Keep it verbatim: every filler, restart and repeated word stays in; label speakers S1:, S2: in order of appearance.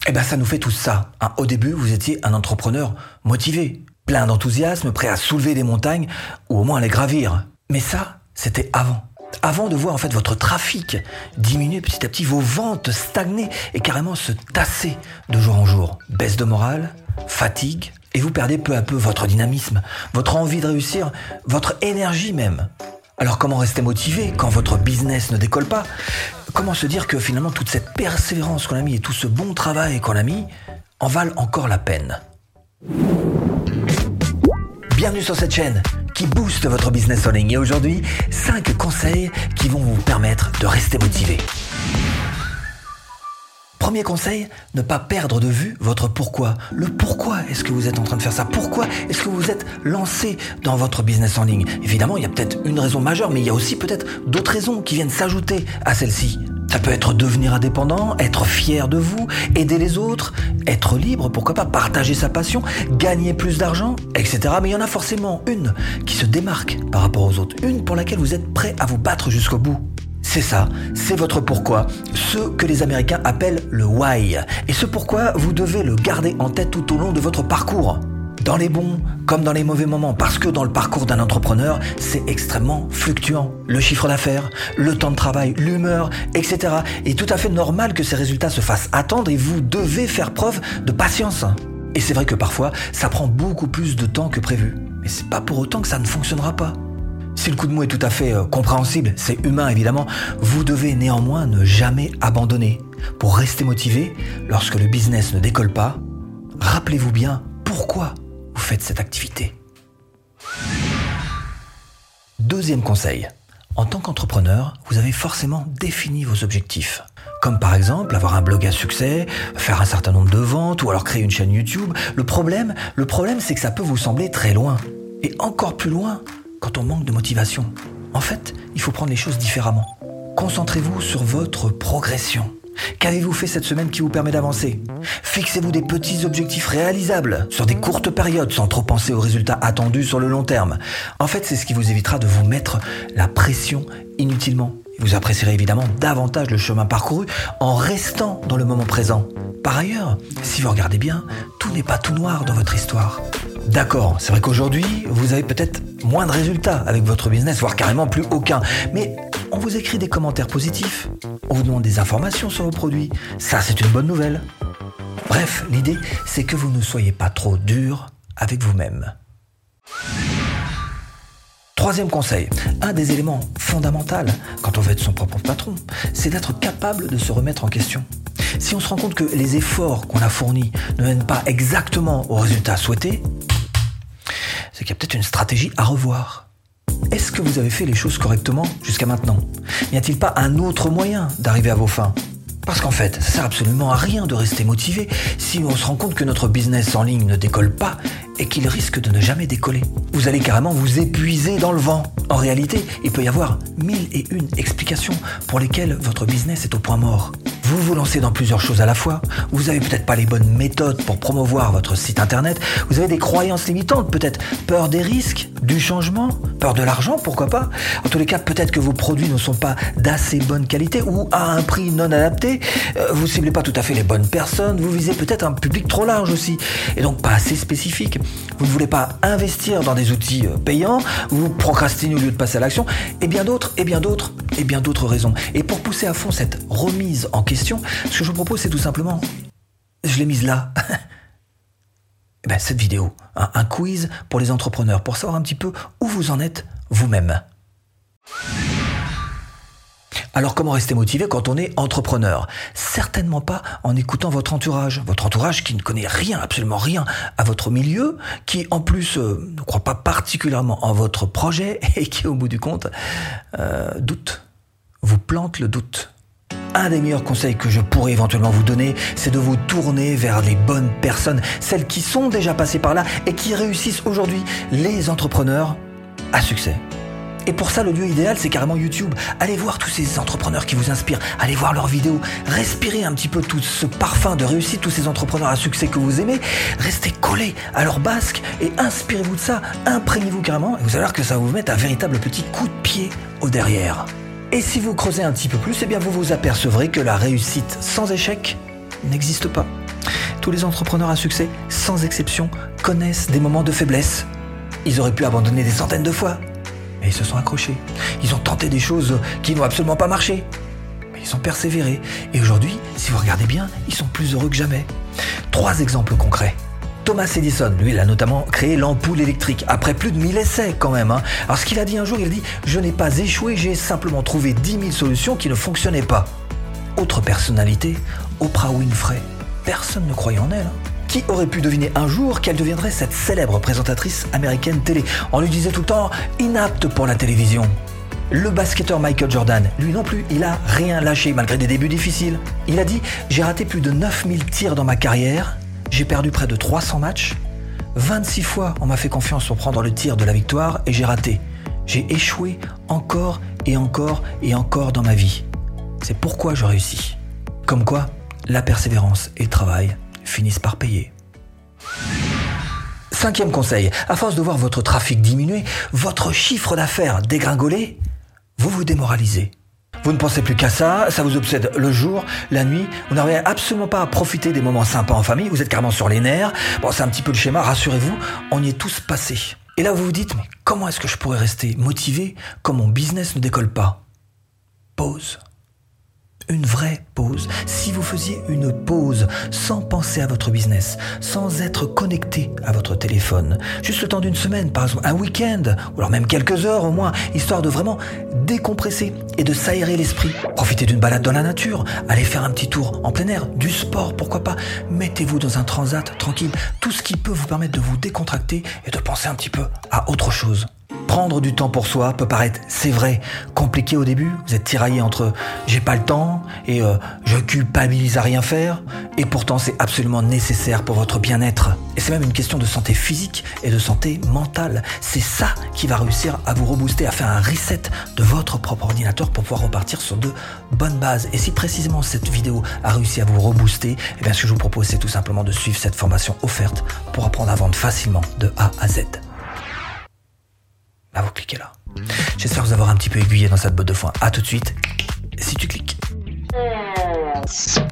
S1: Eh ben ça nous fait tout ça. Hein. Au début, vous étiez un entrepreneur motivé, plein d'enthousiasme, prêt à soulever des montagnes ou au moins à les gravir. Mais ça, c'était avant. Avant de voir en fait votre trafic diminuer petit à petit, vos ventes stagner et carrément se tasser de jour en jour. Baisse de morale, fatigue, et vous perdez peu à peu votre dynamisme, votre envie de réussir, votre énergie même. Alors comment rester motivé quand votre business ne décolle pas ? Comment se dire que finalement toute cette persévérance qu'on a mis et tout ce bon travail qu'on a mis en valent encore la peine ? Bienvenue sur cette chaîne qui booste votre business en ligne. Et aujourd'hui, cinq conseils qui vont vous permettre de rester motivé. Premier conseil, ne pas perdre de vue votre pourquoi. Le pourquoi est-ce que vous êtes en train de faire ça ? Pourquoi est-ce que vous vous êtes lancé dans votre business en ligne ? Évidemment, il y a peut-être une raison majeure, mais il y a aussi peut-être d'autres raisons qui viennent s'ajouter à celle-ci. Ça peut être devenir indépendant, être fier de vous, aider les autres, être libre, pourquoi pas partager sa passion, gagner plus d'argent, et cetera. Mais il y en a forcément une qui se démarque par rapport aux autres, une pour laquelle vous êtes prêt à vous battre jusqu'au bout. C'est ça, c'est votre pourquoi, ce que les Américains appellent le why. Et ce pourquoi, vous devez le garder en tête tout au long de votre parcours. Dans les bons comme dans les mauvais moments, parce que dans le parcours d'un entrepreneur, c'est extrêmement fluctuant. Le chiffre d'affaires, le temps de travail, l'humeur, et cetera. Il est tout à fait normal que ces résultats se fassent attendre et vous devez faire preuve de patience. Et c'est vrai que parfois, ça prend beaucoup plus de temps que prévu. Mais c'est pas pour autant que ça ne fonctionnera pas. Si le coup de mou est tout à fait euh, compréhensible, c'est humain évidemment, vous devez néanmoins ne jamais abandonner. Pour rester motivé, lorsque le business ne décolle pas, rappelez-vous bien pourquoi vous faites cette activité. Deuxième conseil. En tant qu'entrepreneur, vous avez forcément défini vos objectifs. Comme par exemple avoir un blog à succès, faire un certain nombre de ventes ou alors créer une chaîne YouTube. Le problème, le problème c'est que ça peut vous sembler très loin. Et encore plus loin quand on manque de motivation. En fait, il faut prendre les choses différemment. Concentrez-vous sur votre progression. Qu'avez-vous fait cette semaine qui vous permet d'avancer ? Fixez-vous des petits objectifs réalisables sur des courtes périodes sans trop penser aux résultats attendus sur le long terme. En fait, c'est ce qui vous évitera de vous mettre la pression inutilement. Vous apprécierez évidemment davantage le chemin parcouru en restant dans le moment présent. Par ailleurs, si vous regardez bien, tout n'est pas tout noir dans votre histoire. D'accord, c'est vrai qu'aujourd'hui, vous avez peut-être moins de résultats avec votre business, voire carrément plus aucun. Mais on vous écrit des commentaires positifs, on vous demande des informations sur vos produits. Ça, c'est une bonne nouvelle. Bref, l'idée, c'est que vous ne soyez pas trop dur avec vous-même. Troisième conseil, un des éléments fondamentaux quand on veut être son propre patron, c'est d'être capable de se remettre en question. Si on se rend compte que les efforts qu'on a fournis ne mènent pas exactement au résultat souhaité, c'est qu'il y a peut-être une stratégie à revoir. Est-ce que vous avez fait les choses correctement jusqu'à maintenant ? N'y a-t-il pas un autre moyen d'arriver à vos fins ? Parce qu'en fait, ça sert absolument à rien de rester motivé si on se rend compte que notre business en ligne ne décolle pas et qu'il risque de ne jamais décoller. Vous allez carrément vous épuiser dans le vent. En réalité, il peut y avoir mille et une explications pour lesquelles votre business est au point mort. Vous vous lancez dans plusieurs choses à la fois, vous avez peut-être pas les bonnes méthodes pour promouvoir votre site internet, vous avez des croyances limitantes, peut-être peur des risques, du changement, peur de l'argent, pourquoi pas. En tous les cas, peut-être que vos produits ne sont pas d'assez bonne qualité ou à un prix non adapté, euh, vous ciblez pas tout à fait les bonnes personnes, vous visez peut-être un public trop large aussi, et donc pas assez spécifique. Vous ne voulez pas investir dans des outils payants, vous procrastinez au lieu de passer à l'action, et bien d'autres, et bien d'autres, et bien d'autres raisons. Et pour pousser à fond cette remise en question, ce que je vous propose, c'est tout simplement, je l'ai mise là, et ben, cette vidéo, un, un quiz pour les entrepreneurs, pour savoir un petit peu où vous en êtes vous-même. Alors comment rester motivé quand on est entrepreneur ? Certainement pas en écoutant votre entourage. Votre entourage qui ne connaît rien, absolument rien à votre milieu, qui en plus euh, ne croit pas particulièrement en votre projet et qui au bout du compte euh, doute, vous plante le doute. Un des meilleurs conseils que je pourrais éventuellement vous donner, c'est de vous tourner vers les bonnes personnes, celles qui sont déjà passées par là et qui réussissent aujourd'hui, les entrepreneurs à succès. Et pour ça, le lieu idéal, c'est carrément YouTube. Allez voir tous ces entrepreneurs qui vous inspirent, allez voir leurs vidéos, respirez un petit peu tout ce parfum de réussite, tous ces entrepreneurs à succès que vous aimez, restez collés à leur basque et inspirez-vous de ça, imprégnez-vous carrément, et vous allez voir que ça va vous mettre un véritable petit coup de pied au derrière. Et si vous creusez un petit peu plus, eh bien vous vous apercevrez que la réussite sans échec n'existe pas. Tous les entrepreneurs à succès, sans exception, connaissent des moments de faiblesse. Ils auraient pu abandonner des centaines de fois, mais ils se sont accrochés. Ils ont tenté des choses qui n'ont absolument pas marché, mais ils ont persévéré. Et aujourd'hui, si vous regardez bien, ils sont plus heureux que jamais. Trois exemples concrets. Thomas Edison, lui, il a notamment créé l'ampoule électrique, après plus de mille essais quand même. Hein. Alors ce qu'il a dit un jour, il a dit « Je n'ai pas échoué, j'ai simplement trouvé dix mille solutions qui ne fonctionnaient pas ». Autre personnalité, Oprah Winfrey. Personne ne croyait en elle. Hein. Qui aurait pu deviner un jour qu'elle deviendrait cette célèbre présentatrice américaine télé ? On lui disait tout le temps « inapte pour la télévision ». Le basketteur Michael Jordan, lui non plus, il a rien lâché malgré des débuts difficiles. Il a dit « J'ai raté plus de neuf mille tirs dans ma carrière. J'ai perdu près de trois cents matchs. vingt-six fois, on m'a fait confiance pour prendre le tir de la victoire et j'ai raté. J'ai échoué encore et encore et encore dans ma vie. C'est pourquoi je réussis. » Comme quoi, la persévérance et le travail finissent par payer. Cinquième conseil, à force de voir votre trafic diminuer, votre chiffre d'affaires dégringoler, vous vous démoralisez. Vous ne pensez plus qu'à ça, ça vous obsède le jour, la nuit, vous n'arrivez absolument pas à profiter des moments sympas en famille, vous êtes carrément sur les nerfs. Bon, c'est un petit peu le schéma, rassurez-vous, on y est tous passés. Et là, vous vous dites, mais comment est-ce que je pourrais rester motivé quand mon business ne décolle pas ? Pause. Une vraie pause. Si vous faisiez une pause sans penser à votre business, sans être connecté à votre téléphone, juste le temps d'une semaine, par exemple un week-end, ou alors même quelques heures au moins, histoire de vraiment décompresser et de s'aérer l'esprit. Profitez d'une balade dans la nature, allez faire un petit tour en plein air, du sport, pourquoi pas. Mettez-vous dans un transat tranquille, tout ce qui peut vous permettre de vous décontracter et de penser un petit peu à autre chose. Prendre du temps pour soi peut paraître, c'est vrai, compliqué au début. Vous êtes tiraillé entre « j'ai pas le temps » et euh, « je culpabilise à rien faire ». Et pourtant, c'est absolument nécessaire pour votre bien-être. Et c'est même une question de santé physique et de santé mentale. C'est ça qui va réussir à vous rebooster, à faire un reset de votre propre ordinateur pour pouvoir repartir sur de bonnes bases. Et si précisément cette vidéo a réussi à vous rebooster, eh bien, ce que je vous propose, c'est tout simplement de suivre cette formation offerte pour apprendre à vendre facilement de A à Z. Là, vous cliquez là. J'espère vous avoir un petit peu aiguillé dans cette botte de foin. À tout de suite, si tu cliques.